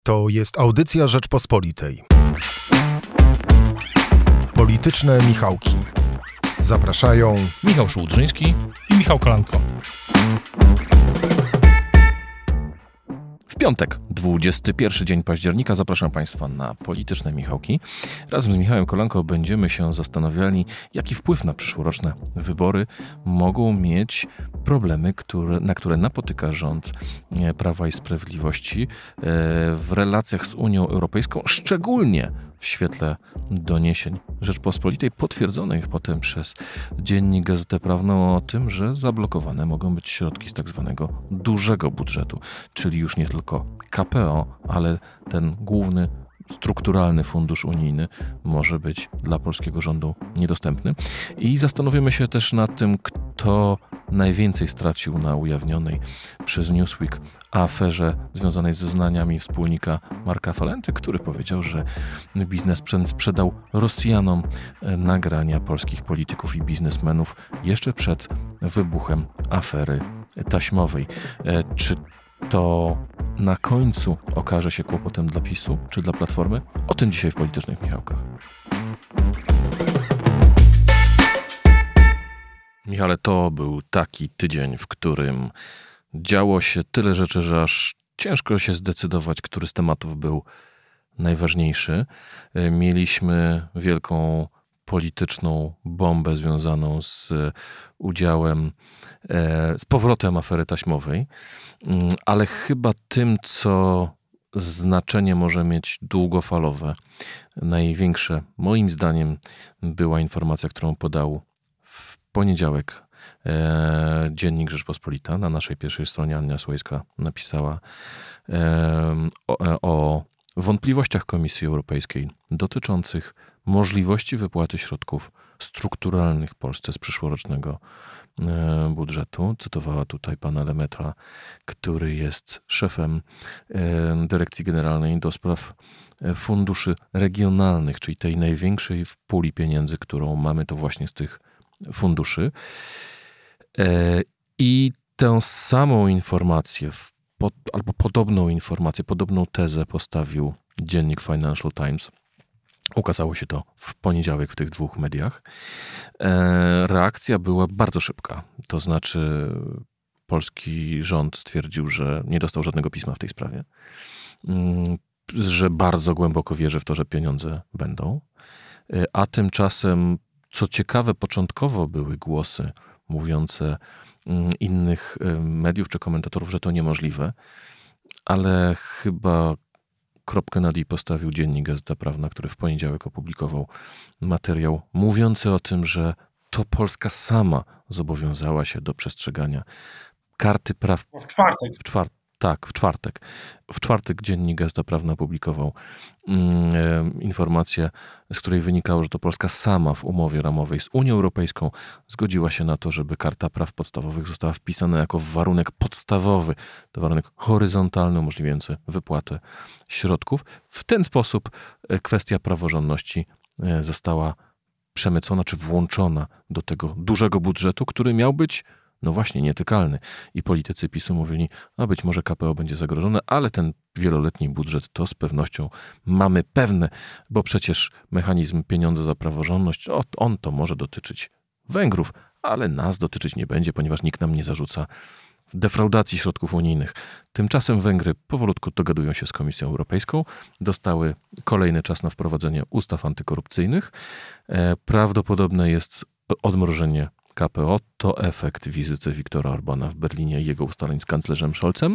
To jest audycja Rzeczpospolitej. Polityczne Michałki. Zapraszają Michał Szułdrzyński i Michał Kolanko. W piątek, 21 dzień października, zapraszam Państwa na Polityczne Michałki. Razem z Michałem Kolanką będziemy się zastanawiali, jaki wpływ na przyszłoroczne wybory mogą mieć problemy, na które napotyka rząd Prawa i Sprawiedliwości w relacjach z Unią Europejską, szczególnie w świetle doniesień Rzeczpospolitej, potwierdzonych potem przez Dziennik Gazetę Prawną o tym, że zablokowane mogą być środki z tak zwanego dużego budżetu, czyli już nie tylko KPO, ale ten główny strukturalny fundusz unijny może być dla polskiego rządu niedostępny. I zastanowimy się też nad tym, kto najwięcej stracił na ujawnionej przez Newsweek aferze związanej ze zeznaniami wspólnika Marka Falenty, który powiedział, że biznesmen sprzedał Rosjanom nagrania polskich polityków i biznesmenów jeszcze przed wybuchem afery taśmowej. Czy to na końcu okaże się kłopotem dla PiS-u czy dla Platformy? O tym dzisiaj w Politycznych Michałkach. Michale, to był taki tydzień, w którym działo się tyle rzeczy, że aż ciężko się zdecydować, który z tematów był najważniejszy. Mieliśmy wielką polityczną bombę związaną z udziałem, z powrotem afery taśmowej, ale chyba tym, co znaczenie może mieć długofalowe, największe moim zdaniem była informacja, którą podał w poniedziałek Dziennik Rzeczpospolita. Na naszej pierwszej stronie Ania Słojska napisała o wątpliwościach Komisji Europejskiej dotyczących możliwości wypłaty środków strukturalnych Polsce z przyszłorocznego budżetu. Cytowała tutaj pana Lemetra, który jest szefem Dyrekcji Generalnej do spraw funduszy regionalnych, czyli tej największej w puli pieniędzy, którą mamy, to właśnie z tych funduszy. I tę samą informację, albo podobną informację, podobną tezę postawił dziennik Financial Times. Ukazało się to w poniedziałek w tych dwóch mediach. Reakcja była bardzo szybka. To znaczy polski rząd stwierdził, że nie dostał żadnego pisma w tej sprawie, że bardzo głęboko wierzy w to, że pieniądze będą. A tymczasem, co ciekawe, początkowo były głosy mówiące innych mediów czy komentatorów, że to niemożliwe, ale chyba kropkę nad i postawił Dziennik Gazeta Prawna, który w poniedziałek opublikował materiał mówiący o tym, że to Polska sama zobowiązała się do przestrzegania Karty Praw. W czwartek. W czwartek Dziennik Gazeta Prawna opublikował informację, z której wynikało, że to Polska sama w umowie ramowej z Unią Europejską zgodziła się na to, żeby Karta Praw Podstawowych została wpisana jako warunek podstawowy, to warunek horyzontalny umożliwiający wypłatę środków. W ten sposób kwestia praworządności została przemycona czy włączona do tego dużego budżetu, który miał być no właśnie nietykalny. I politycy PiS-u mówili, a być może KPO będzie zagrożone, ale ten wieloletni budżet to z pewnością mamy pewne, bo przecież mechanizm pieniądze za praworządność, on to może dotyczyć Węgrów, ale nas dotyczyć nie będzie, ponieważ nikt nam nie zarzuca defraudacji środków unijnych. Tymczasem Węgry powolutku dogadują się z Komisją Europejską, dostały kolejny czas na wprowadzenie ustaw antykorupcyjnych. Prawdopodobne jest odmrożenie KPO. To efekt wizyty Viktora Orbana w Berlinie i jego ustaleń z kanclerzem Scholzem.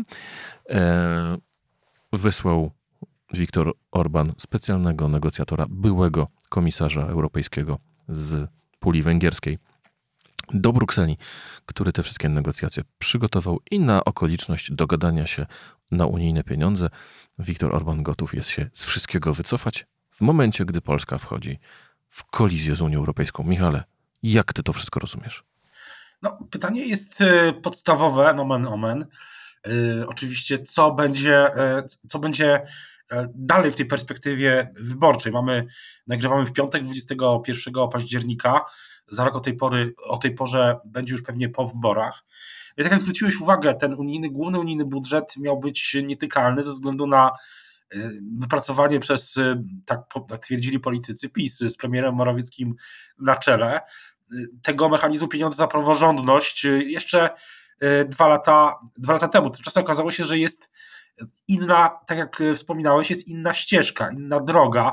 Wysłał Viktor Orban specjalnego negocjatora, byłego komisarza europejskiego z puli węgierskiej do Brukseli, który te wszystkie negocjacje przygotował i na okoliczność dogadania się na unijne pieniądze Viktor Orban gotów jest się z wszystkiego wycofać w momencie, gdy Polska wchodzi w kolizję z Unią Europejską. Michale, jak ty to wszystko rozumiesz? No, pytanie jest podstawowe, nomen omen. Oczywiście, co będzie dalej w tej perspektywie wyborczej. Nagrywamy w piątek, 21 października. Za rok o tej porze będzie już pewnie po wyborach. I tak jak zwróciłeś uwagę, ten główny unijny budżet miał być nietykalny ze względu na wypracowanie przez, tak twierdzili politycy PiS z premierem Morawieckim na czele, tego mechanizmu pieniądze za praworządność jeszcze 2 lata temu. Tymczasem okazało się, że jest inna, tak jak wspominałeś, jest inna ścieżka, inna droga,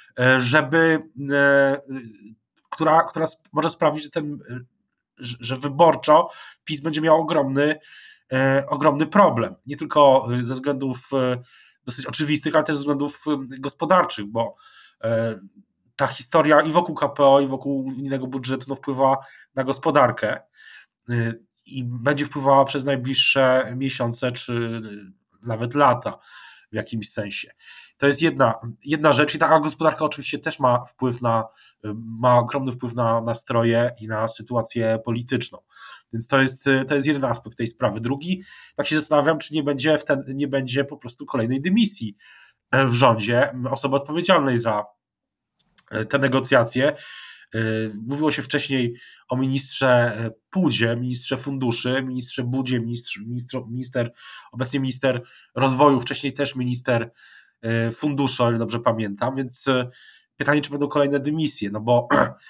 która może sprawić, że wyborczo PiS będzie miał ogromny problem. Nie tylko ze względów dosyć oczywistych, ale też ze względów gospodarczych, bo ta historia i wokół KPO, i wokół unijnego budżetu wpływa na gospodarkę i będzie wpływała przez najbliższe miesiące, czy nawet lata w jakimś sensie. To jest jedna rzecz i taka gospodarka oczywiście też ma ogromny wpływ na nastroje i na sytuację polityczną. Więc to jest jeden aspekt tej sprawy. Drugi, tak się zastanawiam, czy nie będzie po prostu kolejnej dymisji w rządzie osoby odpowiedzialnej za te negocjacje. Mówiło się wcześniej o ministrze Pudzie, ministrze funduszy, ministrze Budzie, obecnie minister rozwoju, wcześniej też minister funduszy, o ile dobrze pamiętam, więc pytanie, czy będą kolejne dymisje, no bo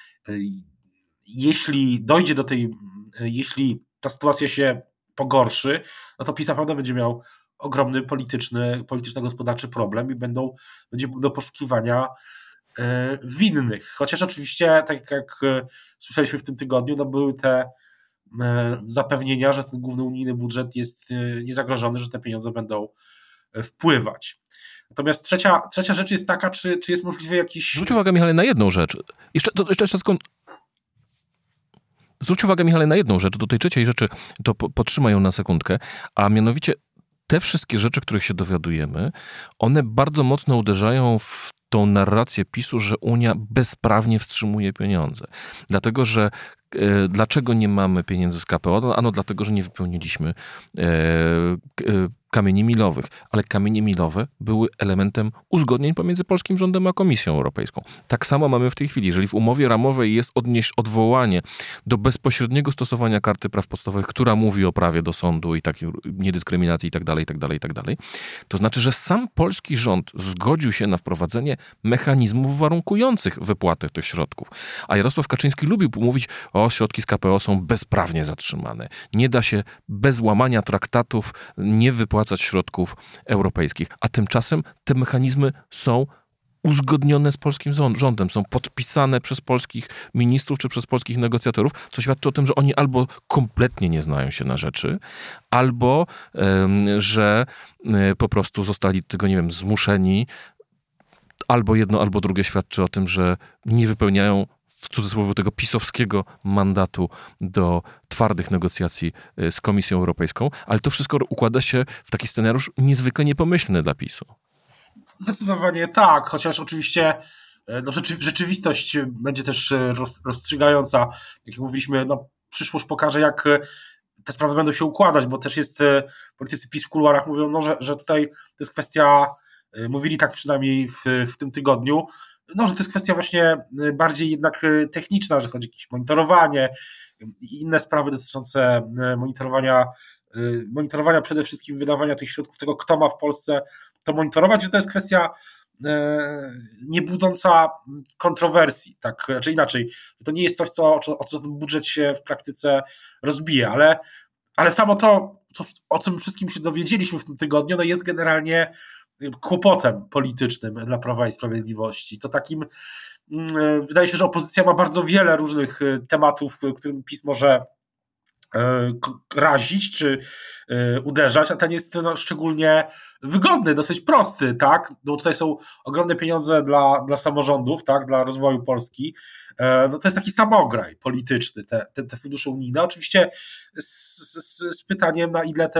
jeśli dojdzie jeśli ta sytuacja się pogorszy, no to PiS naprawdę będzie miał ogromny polityczno-gospodarczy problem i będzie do poszukiwania winnych. Chociaż oczywiście, tak jak słyszeliśmy w tym tygodniu, no były te zapewnienia, że ten główny unijny budżet jest niezagrożony, że te pieniądze będą wpływać. Natomiast trzecia rzecz jest taka, czy jest możliwy jakiś... Zwróć uwagę, Michale, na jedną rzecz. Zwróć uwagę, Michale, na jedną rzecz. Do tej trzeciej rzeczy to podtrzymaj ją na sekundkę, a mianowicie te wszystkie rzeczy, których się dowiadujemy, one bardzo mocno uderzają w tą narrację PiS-u, że Unia bezprawnie wstrzymuje pieniądze. Dlaczego nie mamy pieniędzy z KPO? Ano dlatego, że nie wypełniliśmy kamieni milowych. Ale kamienie milowe były elementem uzgodnień pomiędzy polskim rządem a Komisją Europejską. Tak samo mamy w tej chwili. Jeżeli w umowie ramowej jest odwołanie do bezpośredniego stosowania Karty Praw Podstawowych, która mówi o prawie do sądu i takiej niedyskryminacji itd., to znaczy, że sam polski rząd zgodził się na wprowadzenie mechanizmów warunkujących wypłatę tych środków. A Jarosław Kaczyński lubił mówić, środki z KPO są bezprawnie zatrzymane. Nie da się bez łamania traktatów nie wypłacać środków europejskich. A tymczasem te mechanizmy są uzgodnione z polskim rządem, są podpisane przez polskich ministrów czy przez polskich negocjatorów, co świadczy o tym, że oni albo kompletnie nie znają się na rzeczy, albo że po prostu zostali tego, nie wiem, zmuszeni. Albo jedno, albo drugie świadczy o tym, że nie wypełniają w cudzysłowie tego pisowskiego mandatu do twardych negocjacji z Komisją Europejską, ale to wszystko układa się w taki scenariusz niezwykle niepomyślny dla PiS-u. Zdecydowanie tak, chociaż oczywiście rzeczywistość będzie też rozstrzygająca. Tak jak mówiliśmy, przyszłość pokaże, jak te sprawy będą się układać, bo też politycy PiS w kuluarach mówią, że tutaj to jest kwestia, mówili tak przynajmniej w tym tygodniu, że to jest kwestia właśnie bardziej jednak techniczna, że chodzi o jakieś monitorowanie i inne sprawy dotyczące monitorowania przede wszystkim wydawania tych środków, tego kto ma w Polsce to monitorować, że to jest kwestia nie budząca kontrowersji, tak, czy inaczej, że to nie jest coś, o co ten budżet się w praktyce rozbije, ale samo to, o czym wszystkim się dowiedzieliśmy w tym tygodniu, jest generalnie kłopotem politycznym dla Prawa i Sprawiedliwości. To takim, wydaje się, że opozycja ma bardzo wiele różnych tematów, którym PiS może razić czy uderzać, a ten jest szczególnie wygodny, dosyć prosty, tak? Bo tutaj są ogromne pieniądze dla samorządów, tak? Dla rozwoju Polski. To jest taki samograj polityczny, te fundusze unijne. Oczywiście z pytaniem, na ile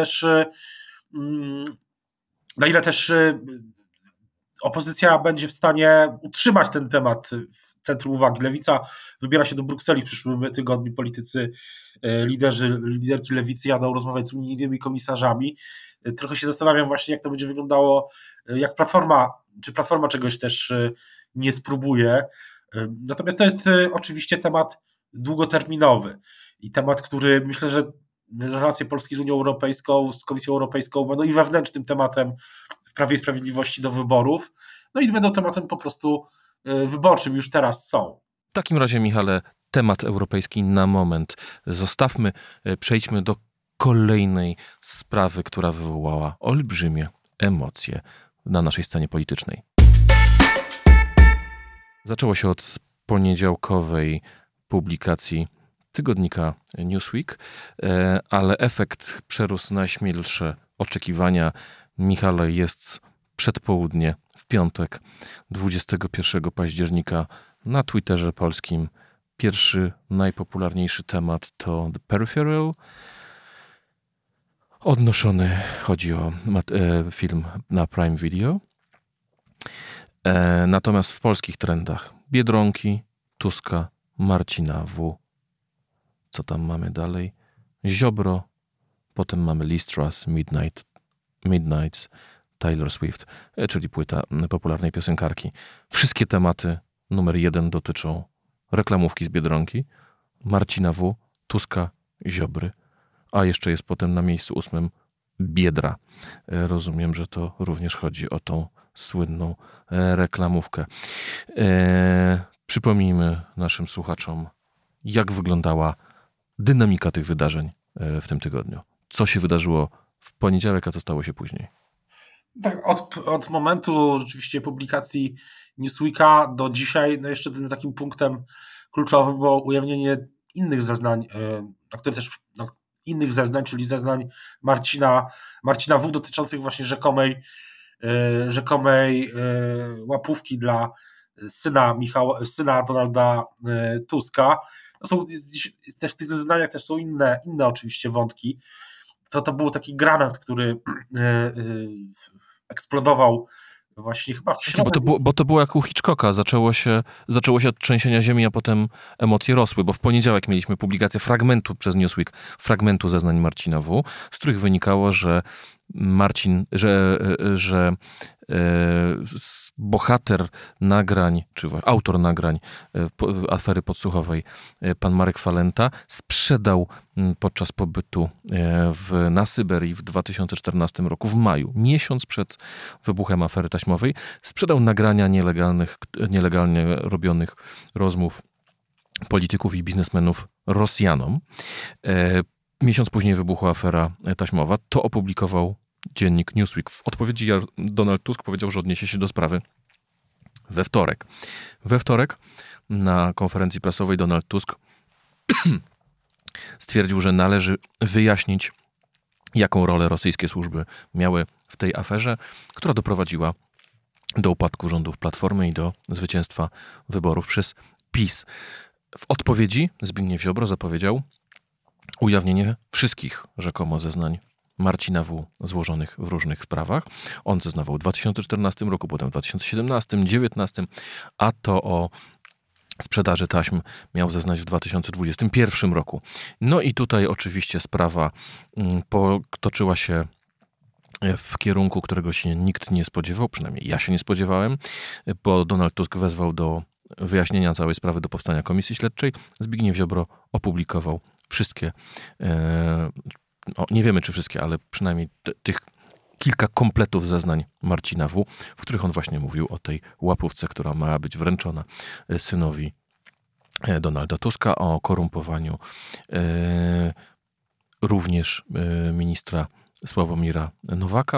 też opozycja będzie w stanie utrzymać ten temat w centrum uwagi. Lewica wybiera się do Brukseli w przyszłym tygodniu. Politycy, liderki lewicy jadą rozmawiać z unijnymi komisarzami. Trochę się zastanawiam właśnie, jak to będzie wyglądało, jak Platforma czegoś też nie spróbuje. Natomiast to jest oczywiście temat długoterminowy i temat, który myślę, że relacje Polski z Unią Europejską, z Komisją Europejską będą i wewnętrznym tematem w Prawie i Sprawiedliwości do wyborów, no i będą tematem po prostu wyborczym, już teraz są. W takim razie, Michale, temat europejski na moment zostawmy, przejdźmy do kolejnej sprawy, która wywołała olbrzymie emocje na naszej scenie politycznej. Zaczęło się od poniedziałkowej publikacji tygodnika Newsweek, ale efekt przerósł najśmielsze oczekiwania. Michale, jest przedpołudnie w piątek 21 października na Twitterze polskim. Pierwszy, najpopularniejszy temat to The Peripheral. Chodzi o film na Prime Video. Natomiast w polskich trendach Biedronki, Tuska, Marcina W. Co tam mamy dalej? Ziobro, potem mamy Liz Truss, Midnights, Taylor Swift, czyli płyta popularnej piosenkarki. Wszystkie tematy numer 1 dotyczą reklamówki z Biedronki, Marcina W., Tuska, Ziobry, a jeszcze jest potem na miejscu 8 Biedra. Rozumiem, że to również chodzi o tą słynną reklamówkę. Przypomnijmy naszym słuchaczom, jak wyglądała dynamika tych wydarzeń w tym tygodniu. Co się wydarzyło w poniedziałek, a co stało się później? Tak, od momentu rzeczywiście publikacji Newsweeka do dzisiaj, no jeszcze tym takim punktem kluczowym było ujawnienie innych zeznań, innych zeznań, czyli zeznań Marcina W. dotyczących właśnie rzekomej łapówki dla syna Donalda Tuska. Są też w tych zeznaniach też są inne oczywiście wątki. To był taki granat, który eksplodował właśnie chyba w środę. Bo to było jak u Hitchcocka. Zaczęło się od trzęsienia ziemi, a potem emocje rosły, bo w poniedziałek mieliśmy publikację fragmentu przez Newsweek, fragmentu zeznań Marcina W., z których wynikało, że bohater nagrań, czy autor nagrań afery podsłuchowej, pan Marek Falenta, sprzedał podczas pobytu na Syberii w 2014 roku, w maju, miesiąc przed wybuchem afery taśmowej, sprzedał nagrania nielegalnie robionych rozmów polityków i biznesmenów Rosjanom. Miesiąc później wybuchła afera taśmowa. To opublikował dziennik Newsweek. W odpowiedzi Donald Tusk powiedział, że odniesie się do sprawy we wtorek. We wtorek na konferencji prasowej Donald Tusk stwierdził, że należy wyjaśnić, jaką rolę rosyjskie służby miały w tej aferze, która doprowadziła do upadku rządów Platformy i do zwycięstwa wyborów przez PiS. W odpowiedzi Zbigniew Ziobro zapowiedział ujawnienie wszystkich rzekomo zeznań Marcina W. złożonych w różnych sprawach. On zeznawał w 2014 roku, potem w 2017, 2019, a to o sprzedaży taśm miał zeznać w 2021 roku. No i tutaj oczywiście sprawa potoczyła się w kierunku, którego się nikt nie spodziewał, przynajmniej ja się nie spodziewałem, bo Donald Tusk wezwał do wyjaśnienia całej sprawy, do powstania komisji śledczej. Zbigniew Ziobro opublikował wszystkie, nie wiemy czy wszystkie, ale przynajmniej tych kilka kompletów zeznań Marcina W., w których on właśnie mówił o tej łapówce, która ma być wręczona synowi Donalda Tuska, o korumpowaniu również ministra Sławomira Nowaka.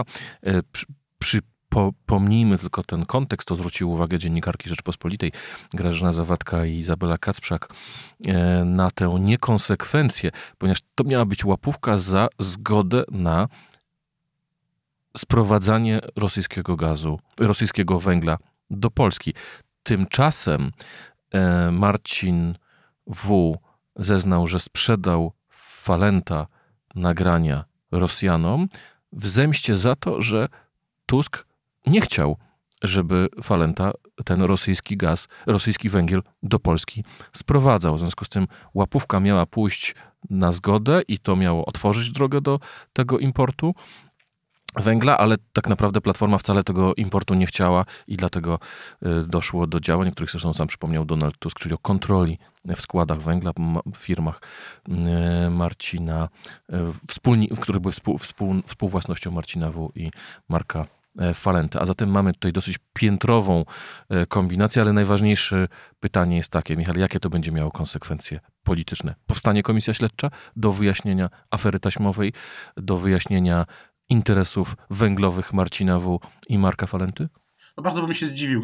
Pomnijmy tylko ten kontekst, to zwrócił uwagę dziennikarki Rzeczpospolitej Grażyna Zawadka i Izabela Kacprzak na tę niekonsekwencję, ponieważ to miała być łapówka za zgodę na sprowadzanie rosyjskiego węgla do Polski. Tymczasem Marcin W. zeznał, że sprzedał Falenta nagrania Rosjanom w zemście za to, że Tusk nie chciał, żeby Falenta ten rosyjski węgiel do Polski sprowadzał. W związku z tym łapówka miała pójść na zgodę i to miało otworzyć drogę do tego importu. węgla, ale tak naprawdę Platforma wcale tego importu nie chciała i dlatego doszło do działań, których zresztą sam przypomniał Donald Tusk, czyli o kontroli w składach węgla, w firmach Marcina, które były współwłasnością Marcina W. i Marka Falenty. A zatem mamy tutaj dosyć piętrową kombinację, ale najważniejsze pytanie jest takie, Michał, jakie to będzie miało konsekwencje polityczne? Powstanie komisja śledcza do wyjaśnienia afery taśmowej, do wyjaśnienia interesów węglowych Marcina W. i Marka Falenty? No bardzo bym się zdziwił,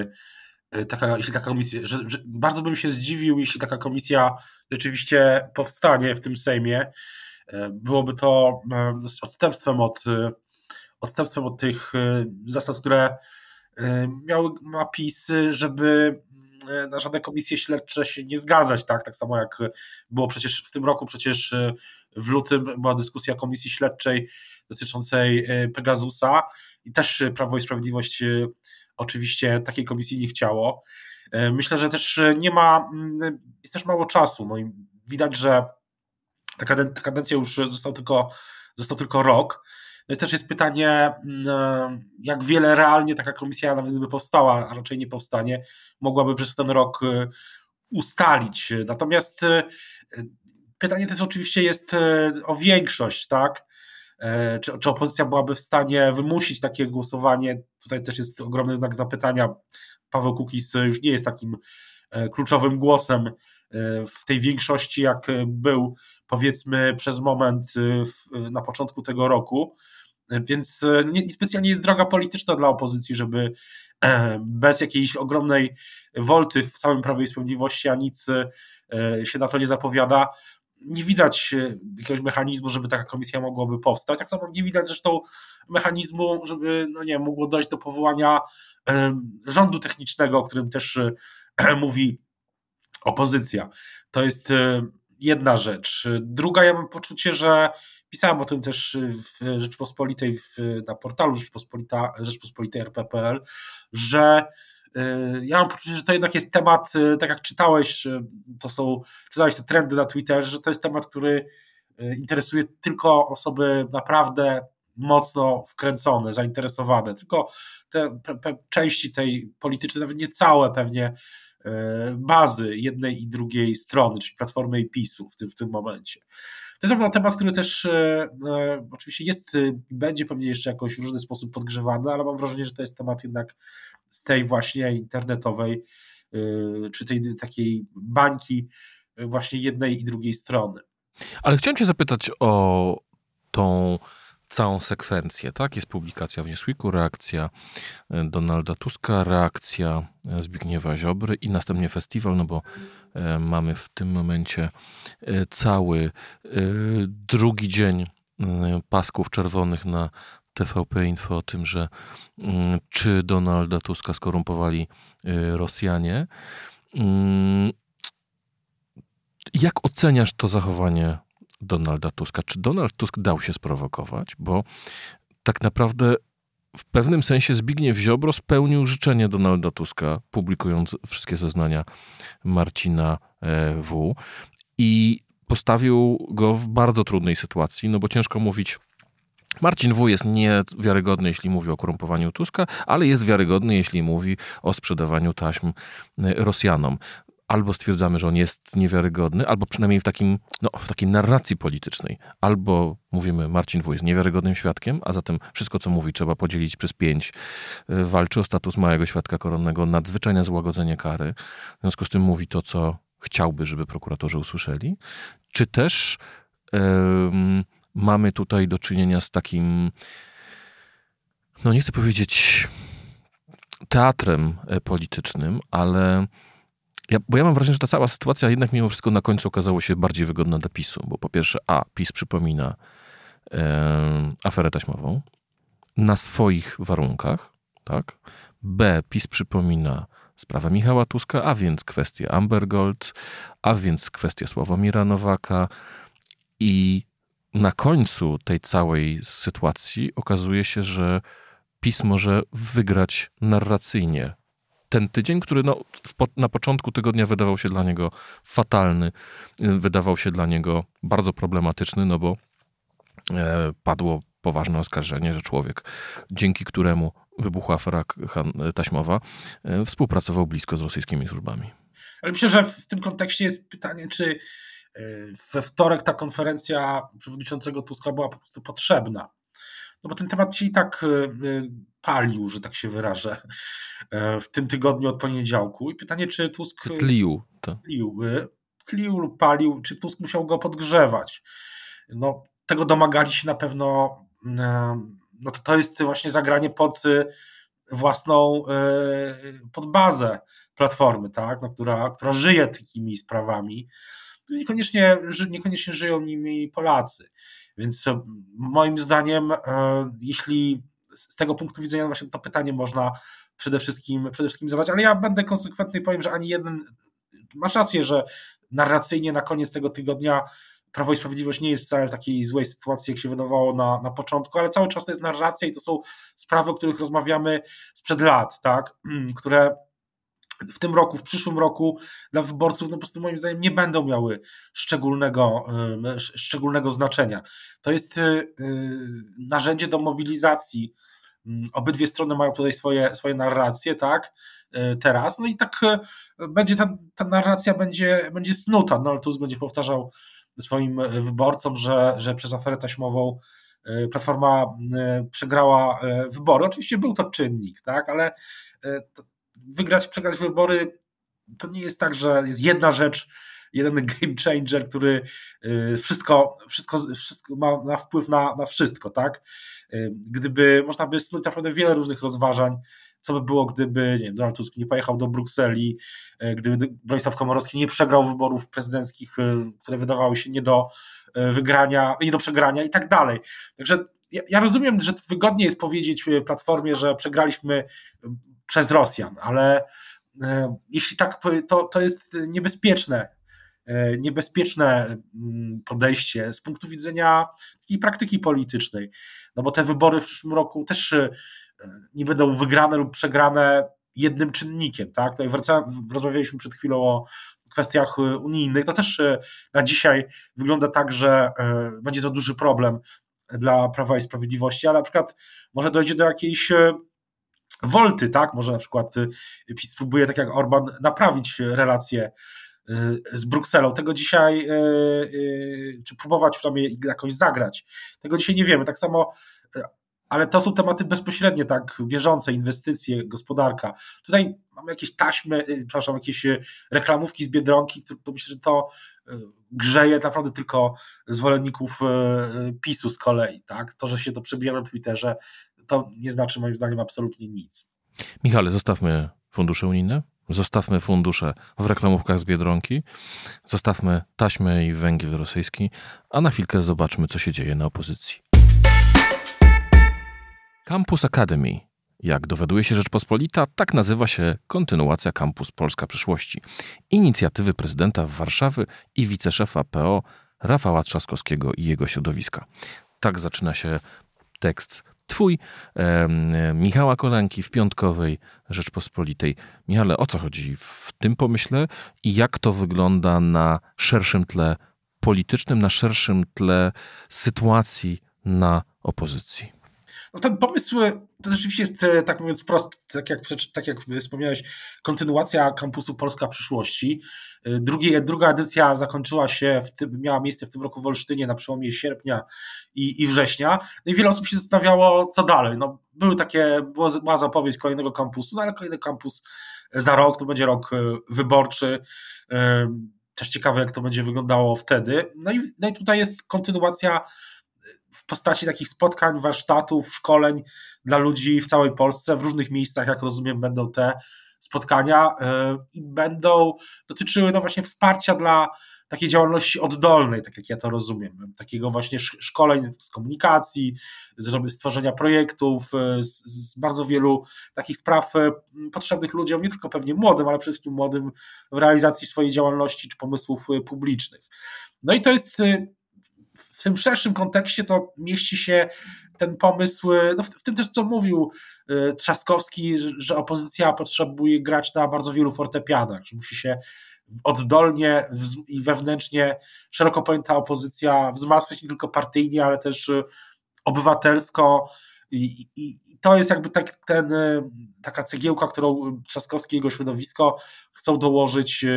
bardzo bym się zdziwił, jeśli taka komisja rzeczywiście powstanie w tym Sejmie. Byłoby to odstępstwem od tych zasad, które ma PiS, żeby na żadne komisje śledcze się nie zgadzać, tak? Tak samo jak było przecież w tym roku, w lutym była dyskusja komisji śledczej dotyczącej Pegasusa i też Prawo i Sprawiedliwość oczywiście takiej komisji nie chciało. Myślę, że też jest też mało czasu. No i widać, że ta kadencja już został tylko rok. No i też jest pytanie, jak wiele realnie taka komisja, nawet gdyby powstała, a raczej nie powstanie, mogłaby przez ten rok ustalić. Natomiast pytanie też oczywiście jest o większość, tak? Czy opozycja byłaby w stanie wymusić takie głosowanie? Tutaj też jest ogromny znak zapytania. Paweł Kukiz już nie jest takim kluczowym głosem w tej większości, jak był, powiedzmy, przez moment na początku tego roku. Więc niespecjalnie jest droga polityczna dla opozycji, żeby bez jakiejś ogromnej wolty w całym Prawie i Sprawiedliwości, a nic się na to nie zapowiada, nie widać jakiegoś mechanizmu, żeby taka komisja mogłaby powstać. Tak samo nie widać zresztą mechanizmu, żeby mogło dojść do powołania rządu technicznego, o którym też mówi opozycja. To jest jedna rzecz. Druga, ja mam poczucie, że pisałem o tym też w Rzeczpospolitej, na portalu Rzeczpospolitej RP.pl, że ja mam poczucie, że to jednak jest temat, tak jak czytałeś te trendy na Twitterze, że to jest temat, który interesuje tylko osoby naprawdę mocno wkręcone, zainteresowane. Tylko te części tej politycznej, nawet nie całe pewnie, bazy jednej i drugiej strony, czyli Platformy i PiS-u w tym momencie. To jest temat, który też oczywiście jest i będzie pewnie jeszcze jakoś w różny sposób podgrzewany, ale mam wrażenie, że to jest temat jednak z tej właśnie internetowej, czy tej takiej bańki właśnie jednej i drugiej strony. Ale chciałem cię zapytać o tą całą sekwencję, tak? Jest publikacja w Newsweeku, reakcja Donalda Tuska, reakcja Zbigniewa Ziobry i następnie festiwal, no bo mamy w tym momencie cały drugi dzień pasków czerwonych na TVP Info o tym, że czy Donalda Tuska skorumpowali Rosjanie. Jak oceniasz to zachowanie Donalda Tuska? Czy Donald Tusk dał się sprowokować? Bo tak naprawdę w pewnym sensie Zbigniew Ziobro spełnił życzenie Donalda Tuska, publikując wszystkie zeznania Marcina W. I postawił go w bardzo trudnej sytuacji, no bo ciężko mówić, Marcin W. jest niewiarygodny, jeśli mówi o korumpowaniu Tuska, ale jest wiarygodny, jeśli mówi o sprzedawaniu taśm Rosjanom. Albo stwierdzamy, że on jest niewiarygodny, albo przynajmniej w takiej narracji politycznej. Albo mówimy, Marcin W. jest niewiarygodnym świadkiem, a zatem wszystko, co mówi, trzeba podzielić przez 5. Walczy o status małego świadka koronnego, nadzwyczajne złagodzenie kary. W związku z tym mówi to, co chciałby, żeby prokuratorzy usłyszeli. Czy też mamy tutaj do czynienia z takim, nie chcę powiedzieć teatrem politycznym, ale ja mam wrażenie, że ta cała sytuacja jednak mimo wszystko na końcu okazała się bardziej wygodna dla PiS-u, bo po pierwsze PiS przypomina aferę taśmową na swoich warunkach, tak? PiS przypomina sprawę Michała Tuska, a więc kwestię Amber Gold, a więc kwestię Sławomira Nowaka i na końcu tej całej sytuacji okazuje się, że PiS może wygrać narracyjnie. Ten tydzień, który na początku tygodnia wydawał się dla niego fatalny, wydawał się dla niego bardzo problematyczny, no bo padło poważne oskarżenie, że człowiek, dzięki któremu wybuchła afera taśmowa, współpracował blisko z rosyjskimi służbami. Ale myślę, że w tym kontekście jest pytanie, czy we wtorek ta konferencja przewodniczącego Tuska była po prostu potrzebna. No bo ten temat się i tak palił, że tak się wyrażę, w tym tygodniu od poniedziałku. I pytanie, czy Tusk tlił lub palił, czy Tusk musiał go podgrzewać. No, tego domagali się na pewno, no to jest właśnie zagranie pod własną, pod bazę Platformy, tak? No, która żyje takimi sprawami. Niekoniecznie żyją nimi Polacy. Więc moim zdaniem, jeśli z tego punktu widzenia właśnie to pytanie można przede wszystkim zadać, ale ja będę konsekwentny i powiem, że ani jeden, masz rację, że narracyjnie na koniec tego tygodnia Prawo i Sprawiedliwość nie jest wcale w takiej złej sytuacji, jak się wydawało na początku, ale cały czas to jest narracja i to są sprawy, o których rozmawiamy sprzed lat, tak? Które w tym roku, w przyszłym roku dla wyborców no po prostu moim zdaniem nie będą miały szczególnego znaczenia. To jest narzędzie do mobilizacji. Obydwie strony mają tutaj swoje narracje, tak? Teraz. No i tak będzie ta narracja będzie snuta. No ale Tusk będzie powtarzał swoim wyborcom, że przez aferę taśmową Platforma przegrała wybory. Oczywiście był to czynnik, tak? Ale wygrać, przegrać wybory to nie jest tak, że jest jedna rzecz, jeden game changer, który wszystko ma wpływ na wszystko, tak? Gdyby można by snuć naprawdę wiele różnych rozważań, co by było, gdyby Donald Tusk nie pojechał do Brukseli, gdyby Bronisław Komorowski nie przegrał wyborów prezydenckich, które wydawały się nie do wygrania, nie do przegrania i tak dalej. Także ja rozumiem, że wygodnie jest powiedzieć Platformie, że przegraliśmy przez Rosjan, ale jeśli tak, to jest niebezpieczne podejście z punktu widzenia takiej praktyki politycznej, no bo te wybory w przyszłym roku też nie będą wygrane lub przegrane jednym czynnikiem, tak? Tutaj rozmawialiśmy przed chwilą o kwestiach unijnych, to też na dzisiaj wygląda tak, że będzie to duży problem dla Prawa i Sprawiedliwości, ale na przykład może dojdzie do jakiejś wolty, tak? Może na przykład PiS spróbuje, tak jak Orban, naprawić relacje z Brukselą. Tego dzisiaj, czy próbować przynajmniej jakoś zagrać. Tego dzisiaj nie wiemy. Tak samo, ale to są tematy bezpośrednie, tak, bieżące, inwestycje, gospodarka. Tutaj mamy jakieś jakieś reklamówki z Biedronki, to myślę, że to grzeje naprawdę tylko zwolenników PiS-u z kolei, tak? To, że się to przebija na Twitterze, to nie znaczy moim zdaniem absolutnie nic. Michale, zostawmy fundusze unijne, zostawmy fundusze w reklamówkach z Biedronki, zostawmy taśmy i węgiel rosyjski, a na chwilkę zobaczmy, co się dzieje na opozycji. Campus Academy. Jak dowiaduje się Rzeczpospolita, tak nazywa się kontynuacja Campus Polska Przyszłości. Inicjatywy prezydenta Warszawy i wiceszefa PO Rafała Trzaskowskiego i jego środowiska. Tak zaczyna się tekst twój, Michała Kolanki w piątkowej Rzeczpospolitej. Michale, o co chodzi w tym pomyśle i jak to wygląda na szerszym tle politycznym, na szerszym tle sytuacji na opozycji? No ten pomysł to rzeczywiście jest, tak mówiąc wprost, tak jak wspomniałeś, kontynuacja kampusu Polska Przyszłości. Druga edycja zakończyła się, miała miejsce w tym roku w Olsztynie na przełomie sierpnia i września. No i wiele osób się zastanawiało, co dalej. No, była zapowiedź kolejnego kampusu, no ale kolejny kampus za rok, to będzie rok wyborczy. Też ciekawe, jak to będzie wyglądało wtedy. No i tutaj jest kontynuacja w postaci takich spotkań, warsztatów, szkoleń dla ludzi w całej Polsce, w różnych miejscach, jak rozumiem, będą te spotkania i będą dotyczyły no właśnie wsparcia dla takiej działalności oddolnej, tak jak ja to rozumiem, takiego właśnie szkoleń z komunikacji, stworzenia projektów, z bardzo wielu takich spraw potrzebnych ludziom, nie tylko pewnie młodym, ale przede wszystkim młodym w realizacji swojej działalności czy pomysłów publicznych. No i to jest w tym szerszym kontekście to mieści się ten pomysł, no w tym też co mówił Trzaskowski, że opozycja potrzebuje grać na bardzo wielu fortepianach, że musi się oddolnie i wewnętrznie szeroko pojęta opozycja wzmacniać nie tylko partyjnie, ale też obywatelsko i to jest jakby taka cegiełka, którą Trzaskowski i jego środowisko chcą dołożyć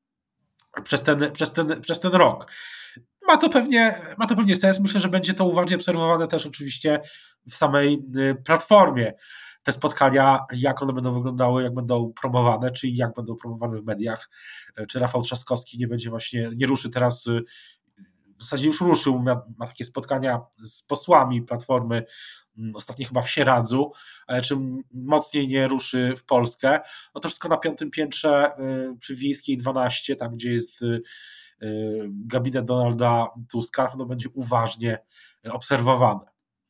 przez ten rok. Ma to pewnie sens. Myślę, że będzie to uważnie obserwowane też oczywiście w samej Platformie. Te spotkania, jak one będą wyglądały, jak będą promowane, czy jak będą promowane w mediach, czy Rafał Trzaskowski nie ruszy teraz, w zasadzie już ruszył, ma takie spotkania z posłami Platformy, ostatnio chyba w Sieradzu, ale czy mocniej nie ruszy w Polskę, no to wszystko na 5. piętrze przy Wiejskiej 12, tam gdzie jest gabinet Donalda Tuska, no będzie uważnie obserwowane.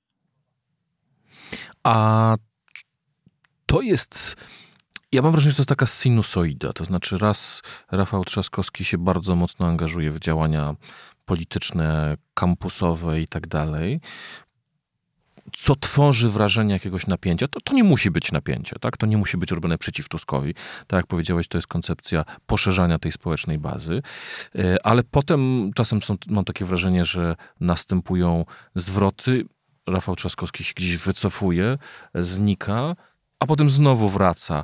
A to jest... Ja mam wrażenie, że to jest taka sinusoida, to znaczy raz Rafał Trzaskowski się bardzo mocno angażuje w działania polityczne, kampusowe i tak dalej, co tworzy wrażenie jakiegoś napięcia. To nie musi być napięcie, tak? To nie musi być robione przeciw Tuskowi. Tak jak powiedziałeś, to jest koncepcja poszerzania tej społecznej bazy, ale potem czasem mam takie wrażenie, że następują zwroty, Rafał Trzaskowski się gdzieś wycofuje, znika, a potem znowu wraca.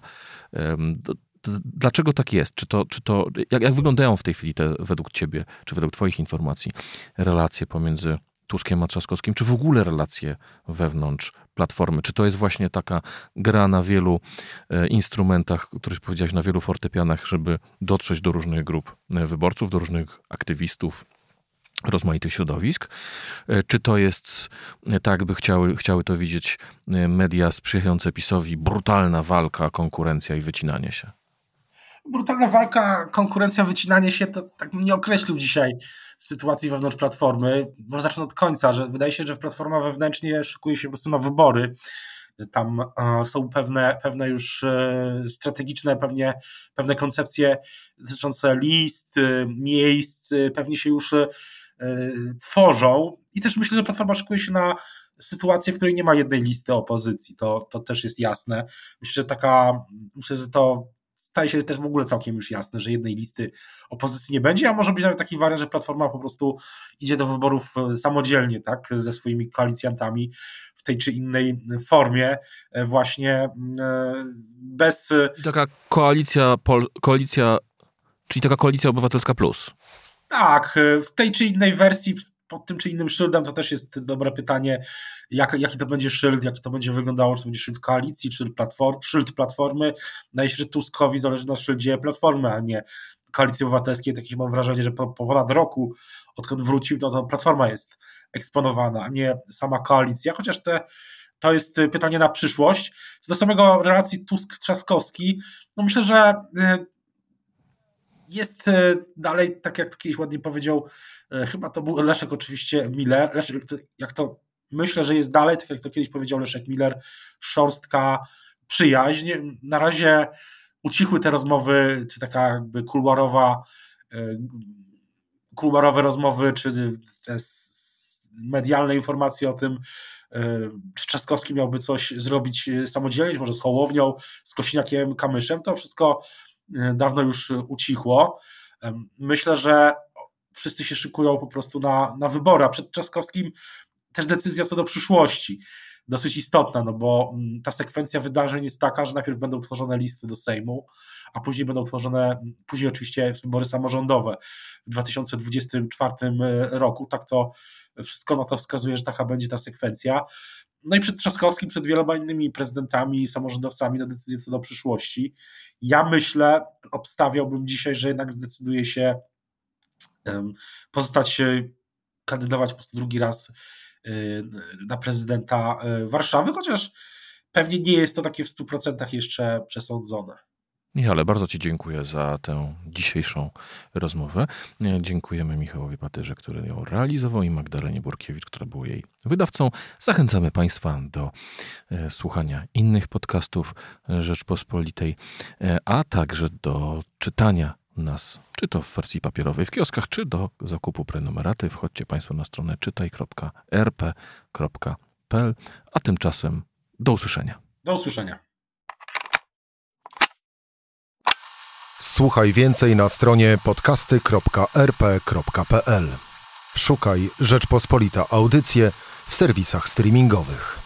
Dlaczego tak jest? Jak wyglądają w tej chwili według ciebie, czy według twoich informacji, relacje pomiędzy Tuskiem a Trzaskowskim, czy w ogóle relacje wewnątrz Platformy? Czy to jest właśnie taka gra na wielu instrumentach, o których powiedziałeś, na wielu fortepianach, żeby dotrzeć do różnych grup wyborców, do różnych aktywistów, rozmaitych środowisk? Czy to jest, tak jakby chciały to widzieć media sprzyjające PiS-owi, brutalna walka, konkurencja i wycinanie się? Brutalna walka, konkurencja, wycinanie się, to tak bym nie określił dzisiaj sytuacji wewnątrz Platformy. Może zacznę od końca, że wydaje się, że Platforma wewnętrznie szykuje się po prostu na wybory. Tam są pewne już strategiczne, pewne koncepcje dotyczące list, miejsc, pewnie się już tworzą. I też myślę, że Platforma szykuje się na sytuację, w której nie ma jednej listy opozycji. To też jest jasne. Myślę, że to staje się też w ogóle całkiem już jasne, że jednej listy opozycji nie będzie, a może być nawet taki wariant, że Platforma po prostu idzie do wyborów samodzielnie, tak, ze swoimi koalicjantami w tej czy innej formie, właśnie bez... Taka koalicja, czyli taka koalicja obywatelska plus. Tak, w tej czy innej wersji, pod tym czy innym szyldem, to też jest dobre pytanie, jaki to będzie szyld, jak to będzie wyglądało, czy to będzie szyld koalicji, czy szyld Platformy. Wydaje się, że Tuskowi zależy na szyldzie Platformy, a nie Koalicji Obywatelskiej. Takie mam wrażenie, że po ponad roku, odkąd wrócił, to Platforma jest eksponowana, a nie sama koalicja, chociaż to jest pytanie na przyszłość. Co do samego relacji Tusk-Trzaskowski, no myślę, że jest dalej, tak jak kiedyś ładnie powiedział, chyba to był Leszek oczywiście Miller, myślę, że jest dalej, tak jak to kiedyś powiedział Leszek Miller, szorstka przyjaźń. Na razie ucichły te rozmowy, czy taka jakby kuluarowe rozmowy, czy te medialne informacje o tym, czy Trzaskowski miałby coś zrobić samodzielnie, może z Hołownią, z Kosiniakiem-Kamyszem, to wszystko dawno już ucichło. Myślę, że wszyscy się szykują po prostu na wybory, a przed Trzaskowskim też decyzja co do przyszłości, dosyć istotna, no bo ta sekwencja wydarzeń jest taka, że najpierw będą tworzone listy do Sejmu, a później będą tworzone, oczywiście wybory samorządowe w 2024 roku, tak to wszystko na to wskazuje, że taka będzie ta sekwencja. No i przed Trzaskowskim, przed wieloma innymi prezydentami i samorządowcami na decyzję co do przyszłości. Ja myślę, obstawiałbym dzisiaj, że jednak zdecyduje się kandydować po prostu drugi raz na prezydenta Warszawy, chociaż pewnie nie jest to takie w 100% jeszcze przesądzone. Michale, bardzo ci dziękuję za tę dzisiejszą rozmowę. Dziękujemy Michałowi Patyrze, który ją realizował, i Magdalenie Burkiewicz, która była jej wydawcą. Zachęcamy Państwa do słuchania innych podcastów Rzeczpospolitej, a także do czytania nas, czy to w wersji papierowej w kioskach, czy do zakupu prenumeraty. Wchodźcie Państwo na stronę czytaj.rp.pl, a tymczasem do usłyszenia. Do usłyszenia. Słuchaj więcej na stronie podcasty.rp.pl. Szukaj Rzeczpospolita Audycje w serwisach streamingowych.